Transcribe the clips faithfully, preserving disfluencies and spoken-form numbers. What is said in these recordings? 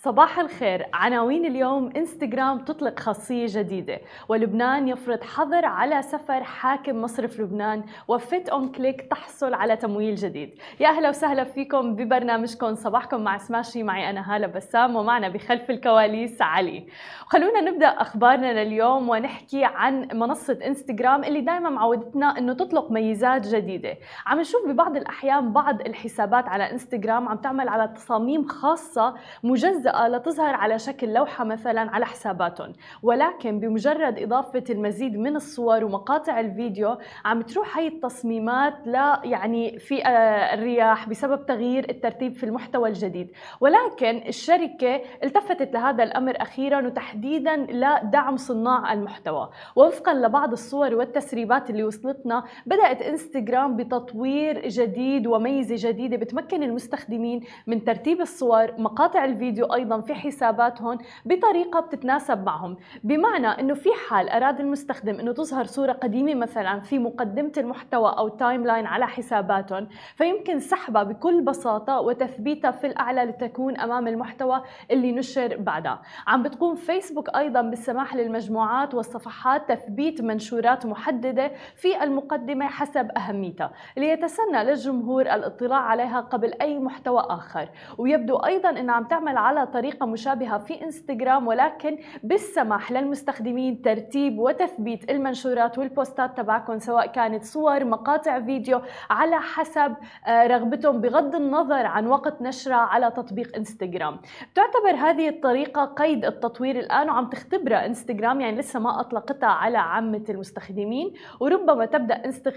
صباح الخير. عناوين اليوم: انستغرام تطلق خاصية جديدة، ولبنان يفرض حظر على سفر حاكم مصرف لبنان، وفيت اون كليك تحصل على تمويل جديد. يا أهلا وسهلا فيكم ببرنامجكم صباحكم مع سماشي. معي أنا هالة بسام، ومعنا بخلف الكواليس علي. خلونا نبدأ أخبارنا لليوم ونحكي عن منصة انستغرام اللي دائما معودتنا أنه تطلق ميزات جديدة. عم نشوف ببعض الأحيان بعض الحسابات على انستغرام عم تعمل على تصاميم خاصة مجزأة لتظهر على شكل لوحة مثلا على حساباتهم، ولكن بمجرد إضافة المزيد من الصور ومقاطع الفيديو عم تروح هاي التصميمات لا يعني في الرياح بسبب تغيير الترتيب في المحتوى الجديد. ولكن الشركة التفتت لهذا الأمر أخيرا، وتحديدا لدعم صناع المحتوى. ووفقا لبعض الصور والتسريبات اللي وصلتنا، بدأت انستغرام بتطوير جديد وميزة جديدة بتمكن المستخدمين من ترتيب الصور مقاطع الفيديو أيضا في حساباتهم بطريقة بتتناسب معهم. بمعنى أنه في حال أراد المستخدم أنه تظهر صورة قديمة مثلا في مقدمة المحتوى أو تايم لاين على حساباتهم، فيمكن سحبها بكل بساطة وتثبيتها في الأعلى لتكون أمام المحتوى اللي نشر بعدها. عم بتقوم فيسبوك أيضا بالسماح للمجموعات والصفحات تثبيت منشورات محددة في المقدمة حسب أهميتها، ليتسنى للجمهور الاطلاع عليها قبل أي محتوى آخر. ويبدو أيضا أنها عم تعمل على طريقة مشابهة في انستغرام، ولكن بالسماح للمستخدمين ترتيب وتثبيت المنشورات والبوستات تبعكم، سواء كانت صور مقاطع فيديو، على حسب رغبتهم بغض النظر عن وقت نشرها على تطبيق انستغرام. تعتبر هذه الطريقة قيد التطوير الآن، وعم تختبرها انستغرام، يعني لسه ما أطلقتها على عامة المستخدمين، وربما تبدأ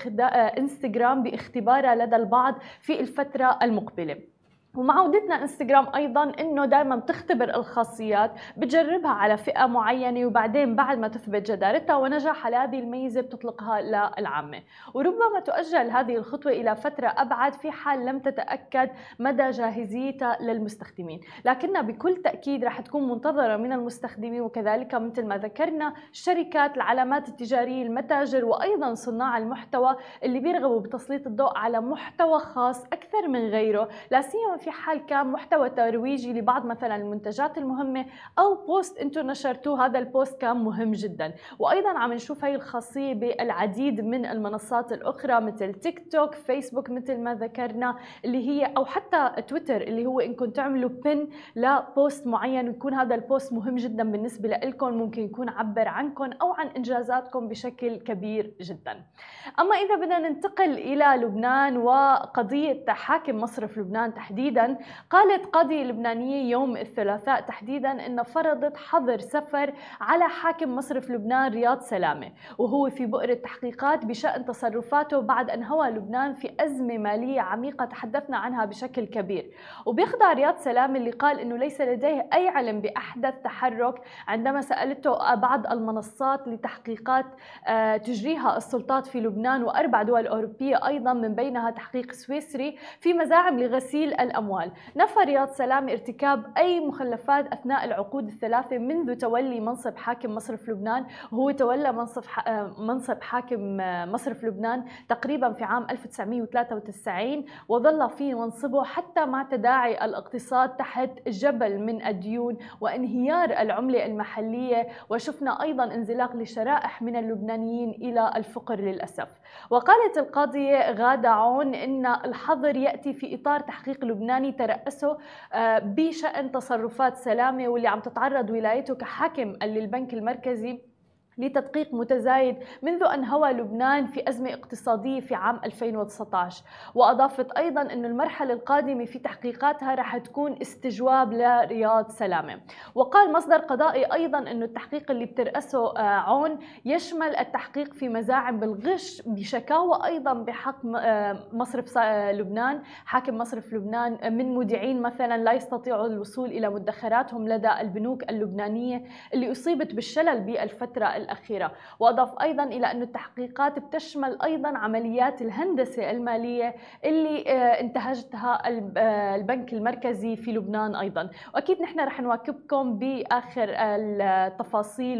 انستغرام باختبارها لدى البعض في الفترة المقبلة. ومعودتنا انستغرام ايضا انه دائما بتختبر الخاصيات، بتجربها على فئه معينه، وبعدين بعد ما تثبت جدارتها ونجاح هذه الميزه بتطلقها للعامه. وربما تؤجل هذه الخطوه الى فتره ابعد في حال لم تتاكد مدى جاهزيتها للمستخدمين، لكنها بكل تاكيد رح تكون منتظره من المستخدمين، وكذلك مثل ما ذكرنا الشركات، العلامات التجاريه، المتاجر، وايضا صناع المحتوى اللي بيرغبوا بتسليط الضوء على محتوى خاص اكثر من غيره، لا سيما في حال كان محتوى ترويجي لبعض مثلا المنتجات المهمة، أو بوست أنتم نشرتوه هذا البوست كان مهم جدا. وأيضا عم نشوف هاي الخاصية بالعديد من المنصات الأخرى مثل تيك توك، فيسبوك مثل ما ذكرنا اللي هي، أو حتى تويتر اللي هو إنكم تعملوا بن لبوست معين ويكون هذا البوست مهم جدا بالنسبة لكم، ممكن يكون عبر عنكم أو عن إنجازاتكم بشكل كبير جدا. أما إذا بدنا ننتقل إلى لبنان وقضية حاكم مصرف لبنان تحديدا، قالت قاضية لبنانية يوم الثلاثاء تحديدا أن فرضت حظر سفر على حاكم مصرف لبنان رياض سلامة، وهو في بؤرة تحقيقات بشأن تصرفاته بعد أن هوى لبنان في أزمة مالية عميقة تحدثنا عنها بشكل كبير. وبيخضع رياض سلامة اللي قال أنه ليس لديه أي علم بأحدث تحرك عندما سألته بعض المنصات لتحقيقات تجريها السلطات في لبنان وأربع دول أوروبية أيضا، من بينها تحقيق سويسري في مزاعم لغسيل الأموال. نفى رياض سلامة ارتكاب أي مخلفات أثناء العقود الثلاثة منذ تولي منصب حاكم مصرف لبنان، وهو تولى منصب منصب حاكم مصرف لبنان تقريبا في عام ألف وتسعمئة وثلاثة وتسعين، وظل في منصبه حتى مع تداعي الاقتصاد تحت جبل من الديون وانهيار العملة المحلية، وشفنا أيضا انزلاق لشرائح من اللبنانيين إلى الفقر للأسف. وقالت القاضية غادة عون إن الحظر يأتي في إطار تحقيق لبناني ترأسه بشأن تصرفات سلامة، واللي عم تتعرض ولايته كحاكم للبنك المركزي لتدقيق متزايد منذ أن هوى لبنان في أزمة اقتصادية في عام ألفين وتسعة عشر. وأضافت أيضا أن المرحلة القادمة في تحقيقاتها رح تكون استجواب لرياض سلامة. وقال مصدر قضائي أيضا أن التحقيق اللي بترأسه عون يشمل التحقيق في مزاعم بالغش بشكاوى أيضا بحق مصرف لبنان، حاكم مصرف لبنان، من مودعين مثلا لا يستطيعوا الوصول إلى مدخراتهم لدى البنوك اللبنانية اللي أصيبت بالشلل بالفترة الأخيرة. وأضاف أيضا إلى أن التحقيقات بتشمل أيضا عمليات الهندسة المالية اللي انتهجتها البنك المركزي في لبنان أيضا. وأكيد نحن رح نواكبكم بآخر التفاصيل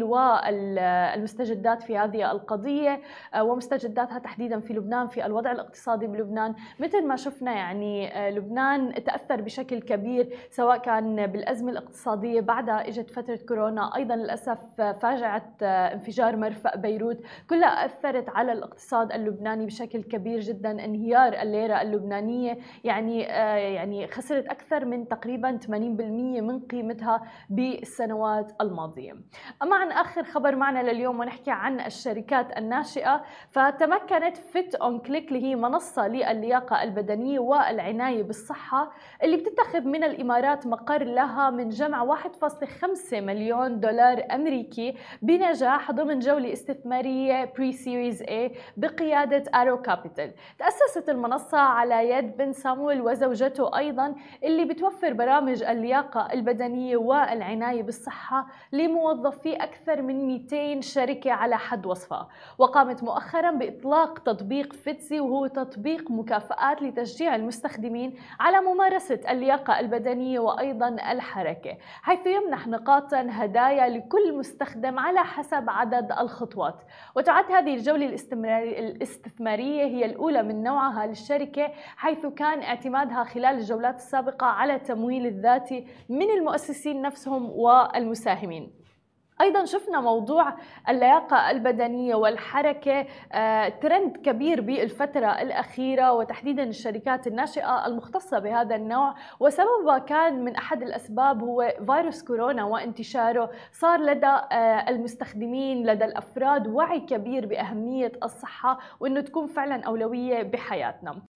والمستجدات في هذه القضية ومستجداتها تحديدا في لبنان، في الوضع الاقتصادي بلبنان. مثل ما شفنا يعني لبنان تأثر بشكل كبير، سواء كان بالأزمة الاقتصادية بعدها اجت فترة كورونا، أيضا للأسف فاجعة انفجار مرفأ بيروت، كلها أثرت على الاقتصاد اللبناني بشكل كبير جدا. انهيار الليرة اللبنانية يعني يعني خسرت أكثر من تقريبا ثمانين بالمئة من قيمتها بالسنوات الماضية. أما عن آخر خبر معنا لليوم ونحكي عن الشركات الناشئة، فتمكنت فيت أون كليك اللي هي منصة للياقة البدنية والعناية بالصحة اللي بتتخذ من الإمارات مقر لها من جمع واحد فاصلة خمسة مليون دولار أمريكي بنجاح ضمن جولة استثمارية بري سيريز A بقيادة آرو كابيتال. تأسست المنصة على يد بن سامويل وزوجته أيضا، اللي بتوفر برامج اللياقة البدنية والعناية بالصحة لموظفي أكثر من مئتين شركة على حد وصفها. وقامت مؤخرا بإطلاق تطبيق فيتزي، وهو تطبيق مكافآت لتشجيع المستخدمين على ممارسة اللياقة البدنية وأيضا الحركة، حيث يمنح نقاطا هدايا لكل مستخدم على حسب عدد الخطوات. وتعد هذه الجولة الاستثمارية هي الأولى من نوعها للشركة، حيث كان اعتمادها خلال الجولات السابقة على التمويل الذاتي من المؤسسين نفسهم والمساهمين. أيضا شفنا موضوع اللياقة البدنية والحركة ترند كبير بالفترة الأخيرة، وتحديدا الشركات الناشئة المختصة بهذا النوع، وسببها كان من أحد الأسباب هو فيروس كورونا وانتشاره. صار لدى المستخدمين، لدى الأفراد، وعي كبير بأهمية الصحة وأنه تكون فعلا أولوية بحياتنا.